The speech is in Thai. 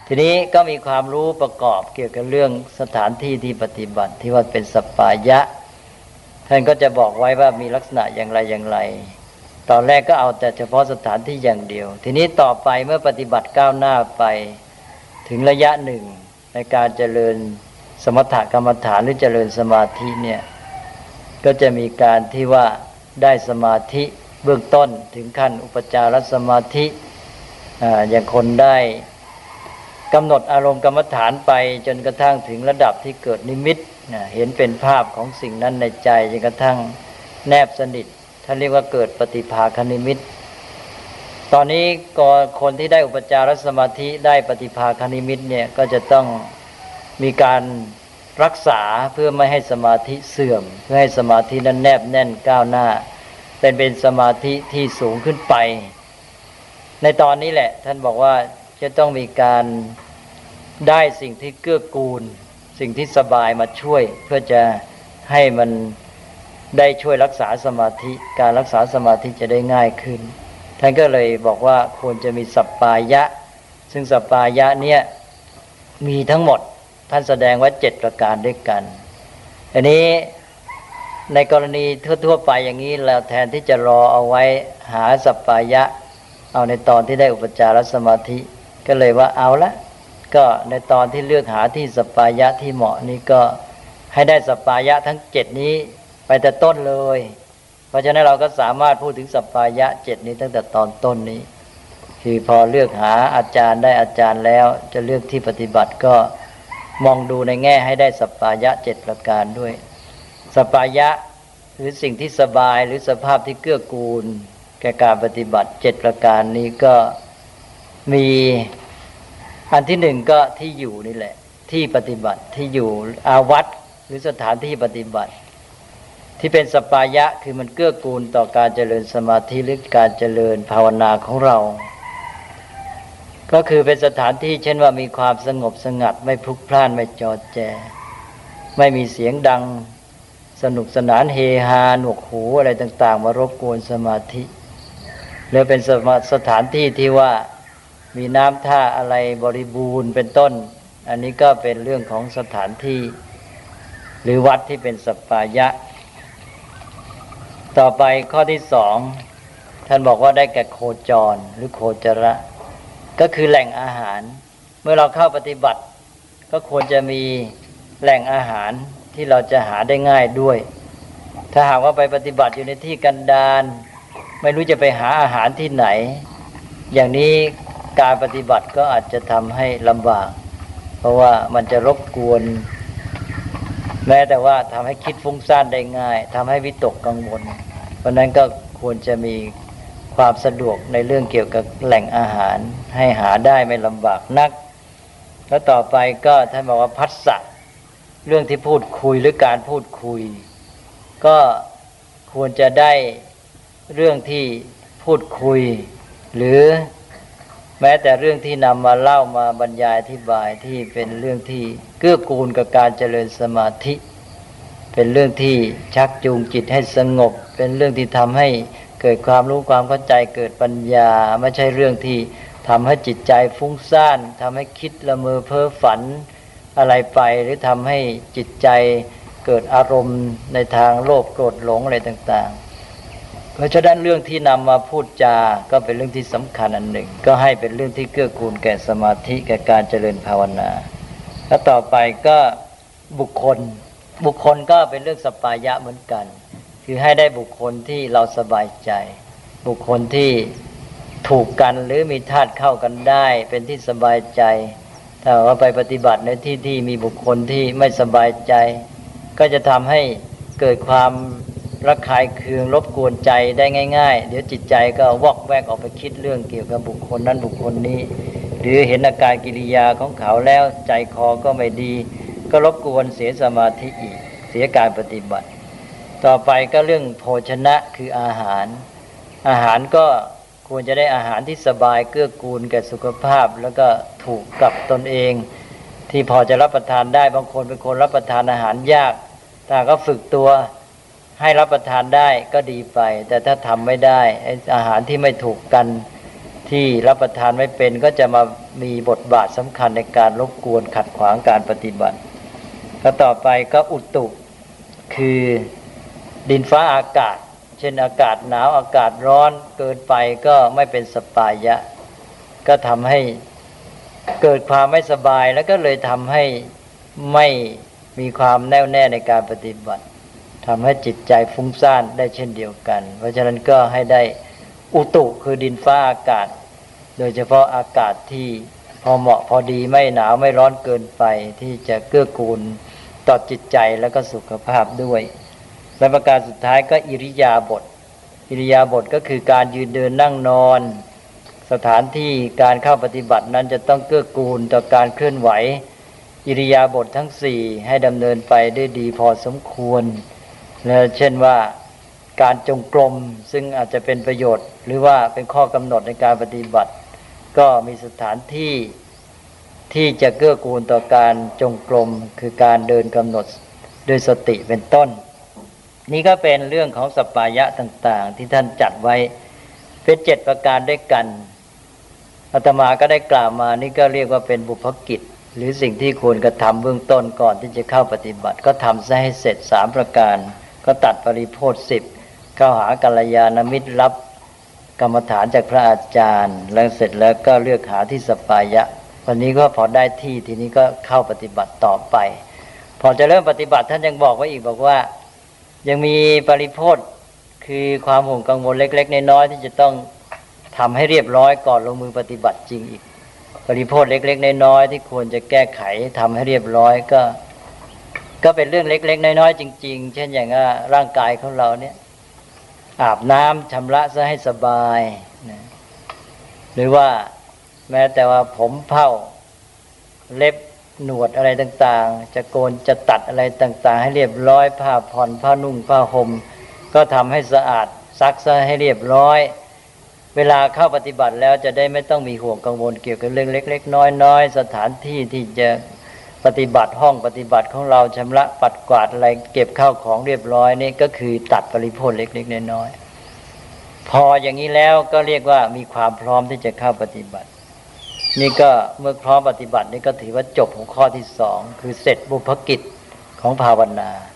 ทีนี้ก็มีความรู้ประกอบเกี่ยวกับเรื่องสถานที่ที่ปฏิบัติที่ว่าเป็นสัปปายะท่านก็จะบอกไว้ว่ามีลักษณะอย่างไรอย่างไรตอนแรกก็เอาแต่เฉพาะสถานที่อย่างเดียวทีนี้ต่อไปเมื่อปฏิบัติก้าวหน้าไปถึงระยะหนึ่งในการเจริญสมถกรรมฐานหรือเจริญสมาธิเนี่ยก็จะมีการที่ว่าได้สมาธิเบื้องต้นถึงขั้นอุปจารสมาธิอย่างคนได้กำหนดอารมณ์กรรมฐานไปจนกระทั่งถึงระดับที่เกิดนิมิตเห็นเป็นภาพของสิ่งนั้นในใจจนกระทั่งแนบสนิทท่านเรียกว่าเกิดปฏิภาคนิมิตตอนนี้ก็คนที่ได้อุปจารสมาธิได้ปฏิภาคนิมิตเนี่ยก็จะต้องมีการรักษาเพื่อไม่ให้สมาธิเสื่อมเพื่อให้สมาธินั้นแนบแน่นก้าวหน้าเป็นสมาธิที่สูงขึ้นไปในตอนนี้แหละท่านบอกว่าจะต้องมีการได้สิ่งที่เกื้อกูลสิ่งที่สบายมาช่วยเพื่อจะให้มันได้ช่วยรักษาสมาธิการรักษาสมาธิจะได้ง่ายขึ้นท่านก็เลยบอกว่าควรจะมีสัปปายะซึ่งสัปปายะเนี่ยมีทั้งหมดท่านแสดงไว้7ประการด้วยกันอันนี้ในกรณีทั่วๆไปอย่างนี้แล้วแทนที่จะรอเอาไว้หาสัปปายะเอาในตอนที่ได้อุปจารสมาธิก็เลยว่าเอาละก็ในตอนที่เลือกหาที่สัปปายะที่เหมาะนี้ก็ให้ได้สัปปายะทั้ง7นี้ไปแต่ต้นเลยเพราะฉะนั้นเราก็สามารถพูดถึงสัปปายะ7นี้ตั้งแต่ตอนต้นนี้คือพอเลือกหาอาจารย์ได้อาจารย์แล้วจะเลือกที่ปฏิบัติก็มองดูในแง่ให้ได้สัปปายะ7ประการด้วยสัปปายะหรือสิ่งที่สบายหรือสภาพที่เกื้อกูลแก่การปฏิบัติ7ประการนี้ก็มีอันที่หนึ่งก็ที่อยู่นี่แหละที่ปฏิบัติที่อยู่อาวัตหรือสถานที่ปฏิบัติที่เป็นสัปปายะคือมันเกื้อกูลต่อการเจริญสมาธิหรือการเจริญภาวนาของเราก็คือเป็นสถานที่เช่นว่ามีความสงบสงัดไม่พลุกพล่านไม่จอแจไม่มีเสียงดังสนุกสนานเฮฮาหนวกหูอะไรต่างๆมารบกวนสมาธิหรือเป็นสถานที่ที่ว่ามีน้ำท่าอะไรบริบูรณ์เป็นต้นอันนี้ก็เป็นเรื่องของสถานที่หรือวัดที่เป็นสัปปายะต่อไปข้อที่2ท่านบอกว่าได้แก่โคจรหรือโคจระก็คือแหล่งอาหารเมื่อเราเข้าปฏิบัติก็ควรจะมีแหล่งอาหารที่เราจะหาได้ง่ายด้วยถ้าหากว่าไปปฏิบัติอยู่ในที่กันดารไม่รู้จะไปหาอาหารที่ไหนอย่างนี้การปฏิบัติก็อาจจะทำให้ลำบากเพราะว่ามันจะรบกวนแม้แต่ว่าทำให้คิดฟุ้งซ่านได้ง่ายทำให้วิตกกังวลเพราะนั้นก็ควรจะมีความสะดวกในเรื่องเกี่ยวกับแหล่งอาหารให้หาได้ไม่ลำบากนักแล้วต่อไปก็ท่านบอกว่าภัสสะเรื่องที่พูดคุยหรือการพูดคุยก็ควรจะได้เรื่องที่พูดคุยหรือแม้แต่เรื่องที่นำมาเล่ามาบรรยายอธิบายที่เป็นเรื่องที่เกื้อกูลกับการเจริญสมาธิเป็นเรื่องที่ชักจูงจิตให้สงบเป็นเรื่องที่ทำให้เกิดความรู้ความเข้าใจเกิดปัญญาไม่ใช่เรื่องที่ทำให้จิตใจฟุ้งซ่านทำให้คิดละเมอเพ้อฝันอะไรไปหรือทำให้จิตใจเกิดอารมณ์ในทางโลภโกรธหลงอะไรต่างๆเพราะฉะนั้นเรื่องที่นำมาพูดจาก็เป็นเรื่องที่สำคัญอันหนึ่งก็ให้เป็นเรื่องที่เกื้อกูลแก่สมาธิแก่การเจริญภาวนาแล้วต่อไปก็บุคคลก็เป็นเรื่องสัปปายะเหมือนกันคือให้ได้บุคคลที่เราสบายใจบุคคลที่ถูกกันหรือมีธาตุเข้ากันได้เป็นที่สบายใจถ้าว่าไปปฏิบัติในที่ที่มีบุคคลที่ไม่สบายใจก็จะทำให้เกิดความระคายเคืองรบกวนใจได้ง่ายๆเดี๋ยวจิตใจก็วอกแวกออกไปคิดเรื่องเกี่ยวกับบุคคลนั้นบุคคลนี้หรือเห็นอาการกิริยาของเขาแล้วใจคอก็ไม่ดีก็รบกวนเสียสมาธิอีกเสียการปฏิบัติต่อไปก็เรื่องโภชนะคืออาหารก็ควรจะได้อาหารที่สบายเกื้อกูลแก่สุขภาพแล้วก็ถูกกับตนเองที่พอจะรับประทานได้บางคนเป็นคนรับประทานอาหารยากแต่ก็ฝึกตัวให้รับประทานได้ก็ดีไปแต่ถ้าทำไม่ได้อาหารที่ไม่ถูกกันที่รับประทานไม่เป็นก็จะมามีบทบาทสำคัญในการรบกวนขัดขวางการปฏิบัติแล้วต่อไปก็อุตุคือดินฟ้าอากาศเช่นอากาศหนาวอากาศร้อนเกินไปก็ไม่เป็นสปายะก็ทำให้เกิดความไม่สบายแล้วก็เลยทำให้ไม่มีความแน่วแน่ในการปฏิบัติทำให้จิตใจฟุ้งซ่านได้เช่นเดียวกันเพราะฉะนั้นก็ให้ได้อุตุคือดินฟ้าอากาศโดยเฉพาะอากาศที่พอเหมาะพอดีไม่หนาวไม่ร้อนเกินไปที่จะเกื้อกูลต่อจิตใจแล้วก็สุขภาพด้วยและประการสุดท้ายก็อิริยาบถอิริยาบถก็คือการยืนเดินนั่งนอนสถานที่การเข้าปฏิบัตินั้นจะต้องเกื้อกูลต่อการเคลื่อนไหวอิริยาบถทั้งสี่ให้ดำเนินไปได้ดีพอสมควรและเช่นว่าการจงกรมซึ่งอาจจะเป็นประโยชน์หรือว่าเป็นข้อกำหนดในการปฏิบัติก็มีสถานที่ที่จะเกื้อกูลต่อการจงกรมคือการเดินกำหนดด้วยสติเป็นต้นนี่ก็เป็นเรื่องของสัปปายะต่างๆที่ท่านจัดไว้เป็น7ประการด้วยกันอาตมาก็ได้กล่าวมานี่ก็เรียกว่าเป็นบุพกิจหรือสิ่งที่ควรกระทำเบื้องต้นก่อนที่จะเข้าปฏิบัติก็ทำซะให้เสร็จ3ประการก็ตัดปริโภท10เข้าหากัลยาณมิตรรับกรรมฐานจากพระอาจารย์แล้วเสร็จแล้วก็เลือกหาที่สัปปายะวันนี้ก็พอได้ที่ทีนี้ก็เข้าปฏิบัติต่อไปพอจะเริ่มปฏิบัติท่านยังบอกไว้อีกบอกว่ายังมีปริโภทคือความห่วงกังวลเล็กๆน้อยๆที่จะต้องทำให้เรียบร้อยก่อนลงมือปฏิบัติจริงอีกปริโภทเล็กๆน้อยๆที่ควรจะแก้ไขทำให้เรียบร้อยก็เป็นเรื่องเล็กๆน้อยๆจริงๆเช่นอย่างร่างกายของเราเนี่ยอาบน้ำชำระซะให้สบายนะหรือว่าแม้แต่ว่าผมเผ้าเล็บหนวดอะไรต่างๆจะโกนจะตัดอะไรต่างๆให้เรียบร้อยผ้าผ่อนผ้านุ่งผ้าห่มก็ทำให้สะอาดซักซะให้เรียบร้อยเวลาเข้าปฏิบัติแล้วจะได้ไม่ต้องมีห่วงกังวลเกี่ยวกับเรื่องเล็กๆน้อยๆสถานที่ที่จะปฏิบัติห้องปฏิบัติของเราชำระปัดกวาดอะไรเก็บข้าวของเรียบร้อยนี่ก็คือตัดปริโภทเล็กๆน้อยๆพออย่างนี้แล้วก็เรียกว่ามีความพร้อมที่จะเข้าปฏิบัตินี่ก็เมื่อพร้อมปฏิบัตินี่ก็ถือว่าจบหัวข้อที่2คือเสร็จบุพกิจของภาวนา